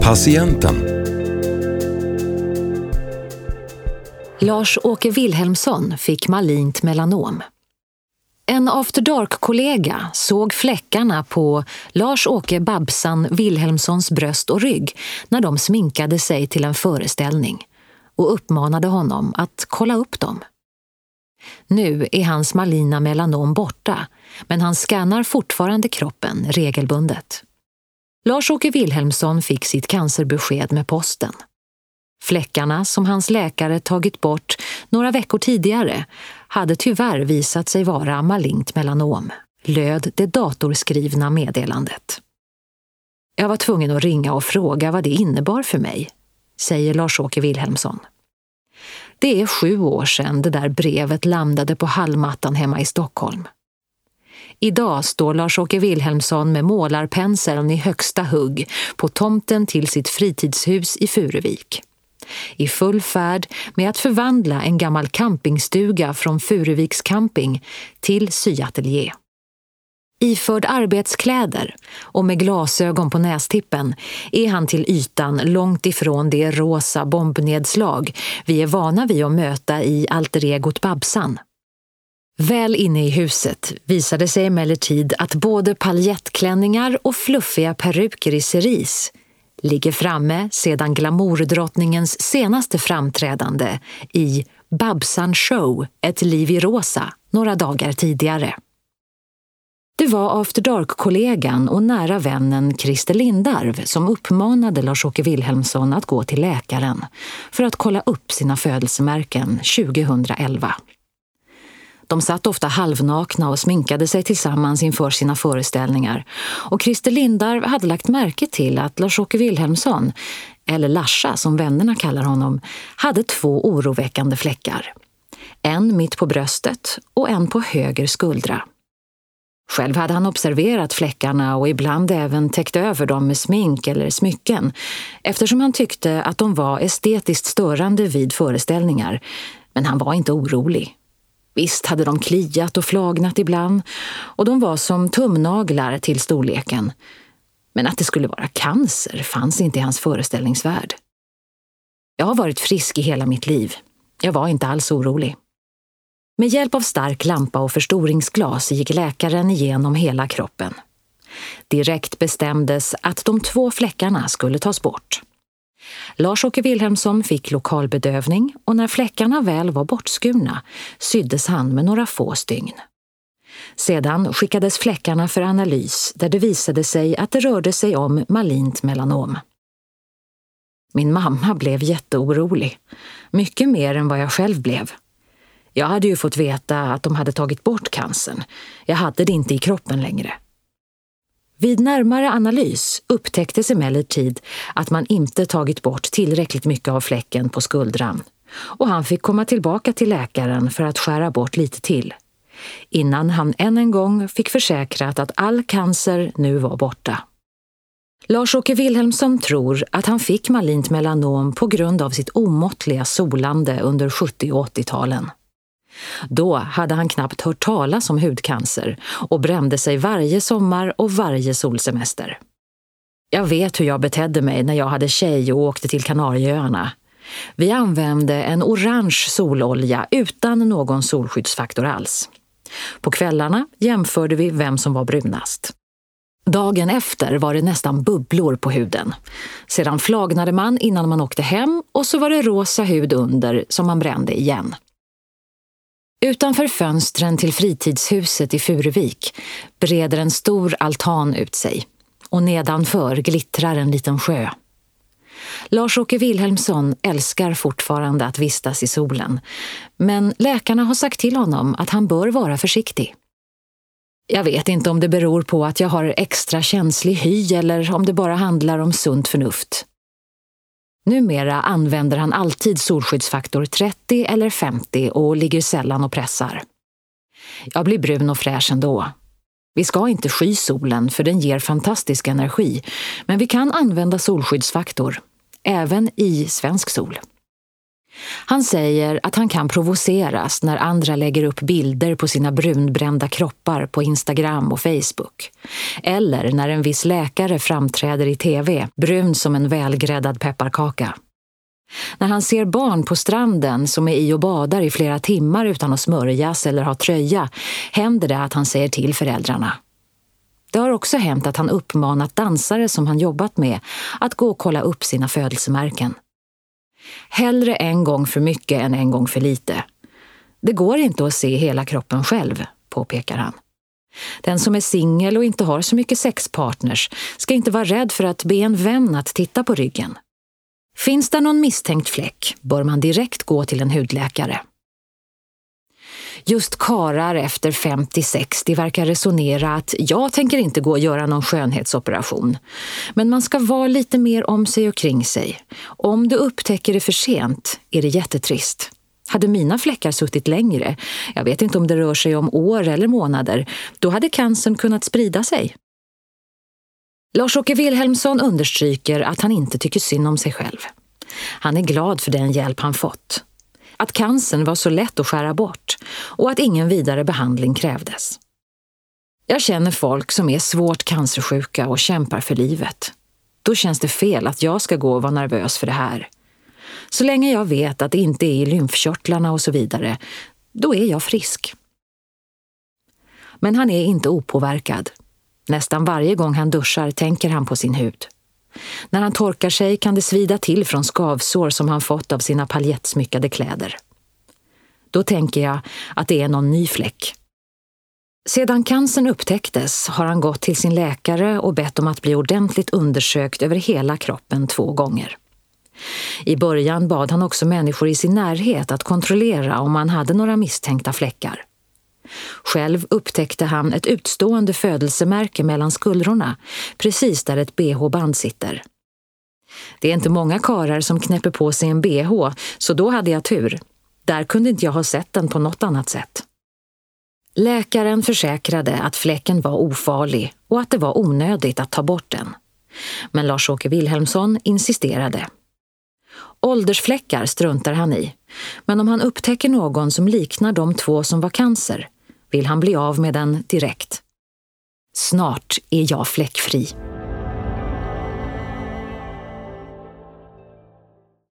Patienten. Lars-Åke Wilhelmsson fick malignt melanom. En After Dark-kollega såg fläckarna på Lars-Åke Babsan Wilhelmssons bröst och rygg när de sminkade sig till en föreställning och uppmanade honom att kolla upp dem. Nu är hans maligna melanom borta, men han skannar fortfarande kroppen regelbundet. Lars-Åke Wilhelmsson fick sitt cancerbesked med posten. Fläckarna som hans läkare tagit bort några veckor tidigare hade tyvärr visat sig vara malignt melanom, löd det datorskrivna meddelandet. Jag var tvungen att ringa och fråga vad det innebar för mig, säger Lars-Åke Wilhelmsson. Det är 7 år sedan det där brevet landade på hallmattan hemma i Stockholm. Idag står Lars-Åke Wilhelmsson med målarpenseln i högsta hugg på tomten till sitt fritidshus i Furuvik. I full färd med att förvandla en gammal campingstuga från Furuviks camping till syatelier. Iförd arbetskläder och med glasögon på nästippen är han till ytan långt ifrån det rosa bombnedslag vi är vana vid att möta i alter egot Babsan. Väl inne i huset visade sig emellertid att både paljettklänningar och fluffiga peruker i cerise ligger framme sedan glamourdrottningens senaste framträdande i Babsan Show, ett liv i rosa, några dagar tidigare. Det var After Dark-kollegan och nära vännen Christer Lindarw som uppmanade Lars-Åke Wilhelmsson att gå till läkaren för att kolla upp sina födelsemärken 2011. De satt ofta halvnakna och sminkade sig tillsammans inför sina föreställningar. Och Christer Lindarw hade lagt märke till att Lars-Åke Wilhelmsson, eller Larsa som vännerna kallar honom, hade 2 oroväckande fläckar. En mitt på bröstet och en på höger skuldra. Själv hade han observerat fläckarna och ibland även täckt över dem med smink eller smycken, eftersom han tyckte att de var estetiskt störande vid föreställningar. Men han var inte orolig. Visst hade de kliat och flagnat ibland och de var som tumnaglar till storleken. Men att det skulle vara cancer fanns inte i hans föreställningsvärld. Jag har varit frisk i hela mitt liv. Jag var inte alls orolig. Med hjälp av stark lampa och förstoringsglas gick läkaren igenom hela kroppen. Direkt bestämdes att de 2 fläckarna skulle tas bort. Lars-Åke Wilhelmsson fick lokalbedövning och när fläckarna väl var bortskurna syddes han med några få stygn. Sedan skickades fläckarna för analys där det visade sig att det rörde sig om malignt melanom. Min mamma blev jätteorolig, mycket mer än vad jag själv blev. Jag hade ju fått veta att de hade tagit bort cancern. Jag hade det inte i kroppen längre. Vid närmare analys upptäcktes emellertid att man inte tagit bort tillräckligt mycket av fläcken på skuldran och han fick komma tillbaka till läkaren för att skära bort lite till, innan han än en gång fick försäkrat att all cancer nu var borta. Lars-Åke Wilhelmsson tror att han fick malignt melanom på grund av sitt omåttliga solande under 70- och 80-talen. Då hade han knappt hört talas om hudcancer och brände sig varje sommar och varje solsemester. Jag vet hur jag betedde mig när jag hade tjej och åkte till Kanarieöarna. Vi använde en orange sololja utan någon solskyddsfaktor alls. På kvällarna jämförde vi vem som var brunast. Dagen efter var det nästan bubblor på huden. Sedan flagnade man innan man åkte hem och så var det rosa hud under som man brände igen. Utanför fönstren till fritidshuset i Furuvik breder en stor altan ut sig och nedanför glittrar en liten sjö. Lars-Åke Wilhelmsson älskar fortfarande att vistas i solen, men läkarna har sagt till honom att han bör vara försiktig. Jag vet inte om det beror på att jag har extra känslig hy eller om det bara handlar om sunt förnuft. Numera använder han alltid solskyddsfaktor 30 eller 50 och ligger sällan och pressar. Jag blir brun och fräsch ändå. Vi ska inte sky solen för den ger fantastisk energi, men vi kan använda solskyddsfaktor, även i svensk sol. Han säger att han kan provoceras när andra lägger upp bilder på sina brunbrända kroppar på Instagram och Facebook. Eller när en viss läkare framträder i tv, brun som en välgräddad pepparkaka. När han ser barn på stranden som är i och badar i flera timmar utan att smörjas eller ha tröja, händer det att han säger till föräldrarna. Det har också hänt att han uppmanat dansare som han jobbat med att gå och kolla upp sina födelsemärken. Hellre en gång för mycket än en gång för lite. Det går inte att se hela kroppen själv, påpekar han. Den som är singel och inte har så mycket sexpartners ska inte vara rädd för att be en vän att titta på ryggen. Finns det någon misstänkt fläck bör man direkt gå till en hudläkare. Just karar efter 50-60 verkar resonera att jag tänker inte gå och göra någon skönhetsoperation. Men man ska vara lite mer om sig och kring sig. Om du upptäcker det för sent är det jättetrist. Hade mina fläckar suttit längre, jag vet inte om det rör sig om år eller månader, då hade cancern kunnat sprida sig. Lars-Åke Wilhelmsson understryker att han inte tycker synd om sig själv. Han är glad för den hjälp han fått. Att cancern var så lätt att skära bort och att ingen vidare behandling krävdes. Jag känner folk som är svårt cancersjuka och kämpar för livet. Då känns det fel att jag ska gå och vara nervös för det här. Så länge jag vet att det inte är i lymfkörtlarna och så vidare, då är jag frisk. Men han är inte opåverkad. Nästan varje gång han duschar tänker han på sin hud. När han torkar sig kan det svida till från skavsår som han fått av sina paljettsmyckade kläder. Då tänker jag att det är någon ny fläck. Sedan cancern upptäcktes har han gått till sin läkare och bett om att bli ordentligt undersökt över hela kroppen 2 gånger. I början bad han också människor i sin närhet att kontrollera om han hade några misstänkta fläckar. Själv upptäckte han ett utstående födelsemärke mellan skuldrorna, precis där ett BH-band sitter. Det är inte många karar som knäpper på sig en BH, så då hade jag tur. Där kunde inte jag ha sett den på något annat sätt. Läkaren försäkrade att fläcken var ofarlig och att det var onödigt att ta bort den. Men Lars-Åke Wilhelmsson insisterade. Åldersfläckar struntar han i, men om han upptäcker någon som liknar de 2 som var cancer vill han bli av med den direkt. Snart är jag fläckfri.